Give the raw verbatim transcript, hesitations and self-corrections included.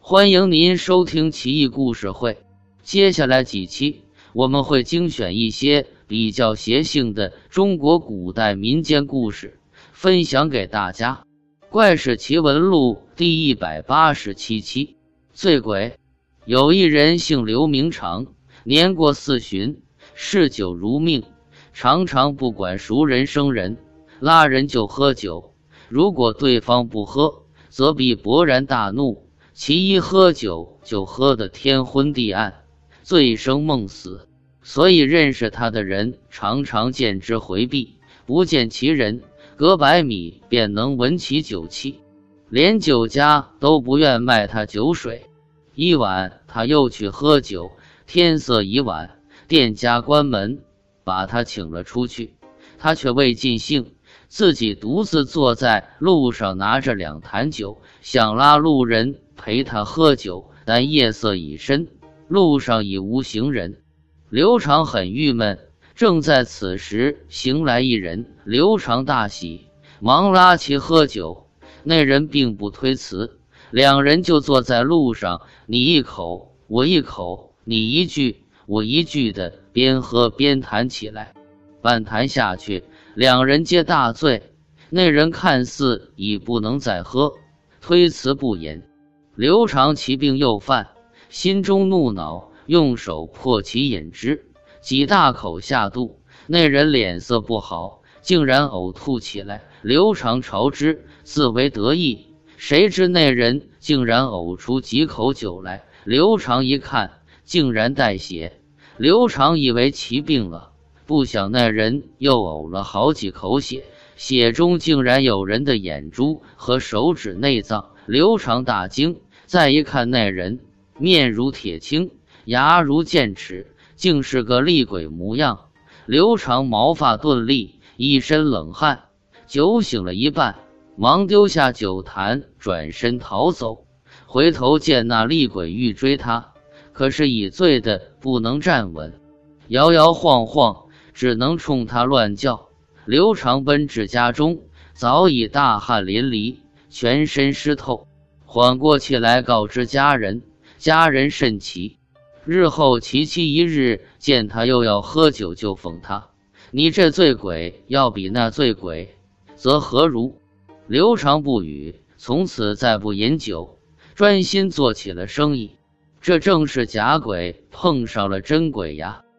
欢迎您收听奇异故事会。接下来几期我们会精选一些比较邪性的中国古代民间故事，分享给大家。怪事奇闻录第一百八十七期，醉鬼。有一人姓刘名长，年过四旬，嗜酒如命，常常不管熟人生人，拉人就喝酒。如果对方不喝，则必勃然大怒，其一喝酒就喝得天昏地暗，醉生梦死。所以认识他的人常常见之回避，不见其人，隔百米便能闻其酒气，连酒家都不愿卖他酒水。一晚他又去喝酒，天色已晚，店家关门，把他请了出去。他却未尽兴，自己独自坐在路上，拿着两坛酒，想拉路人陪他喝酒，但夜色已深，路上已无行人。刘长很郁闷，正在此时，行来一人，刘长大喜，忙拉其喝酒。那人并不推辞，两人就坐在路上，你一口我一口，你一句我一句的边喝边谈起来。半坛下去，两人皆大醉，那人看似已不能再喝，推辞不言。刘长其病又犯，心中怒恼，用手破其饮之，几大口下肚，那人脸色不好，竟然呕吐起来。刘长朝之，自为得意，谁知那人竟然呕出几口酒来。刘长一看，竟然带血。刘长以为其病了，不想那人又呕了好几口血，血中竟然有人的眼珠和手指内脏。刘长大惊，再一看那人，面如铁青，牙如剑齿，竟是个厉鬼模样。刘长毛发顿立，一身冷汗，酒醒了一半，忙丢下酒坛，转身逃走。回头见那厉鬼欲追他，可是已醉得不能站稳，摇摇晃晃，只能冲他乱叫。刘长奔至家中，早已大汗淋漓，全身湿透。缓过气来告知家人，家人甚奇。日后其妻一日见他又要喝酒，就讽他：你这醉鬼要比那醉鬼，则何如？刘长不语，从此再不饮酒，专心做起了生意。这正是假鬼碰上了真鬼呀。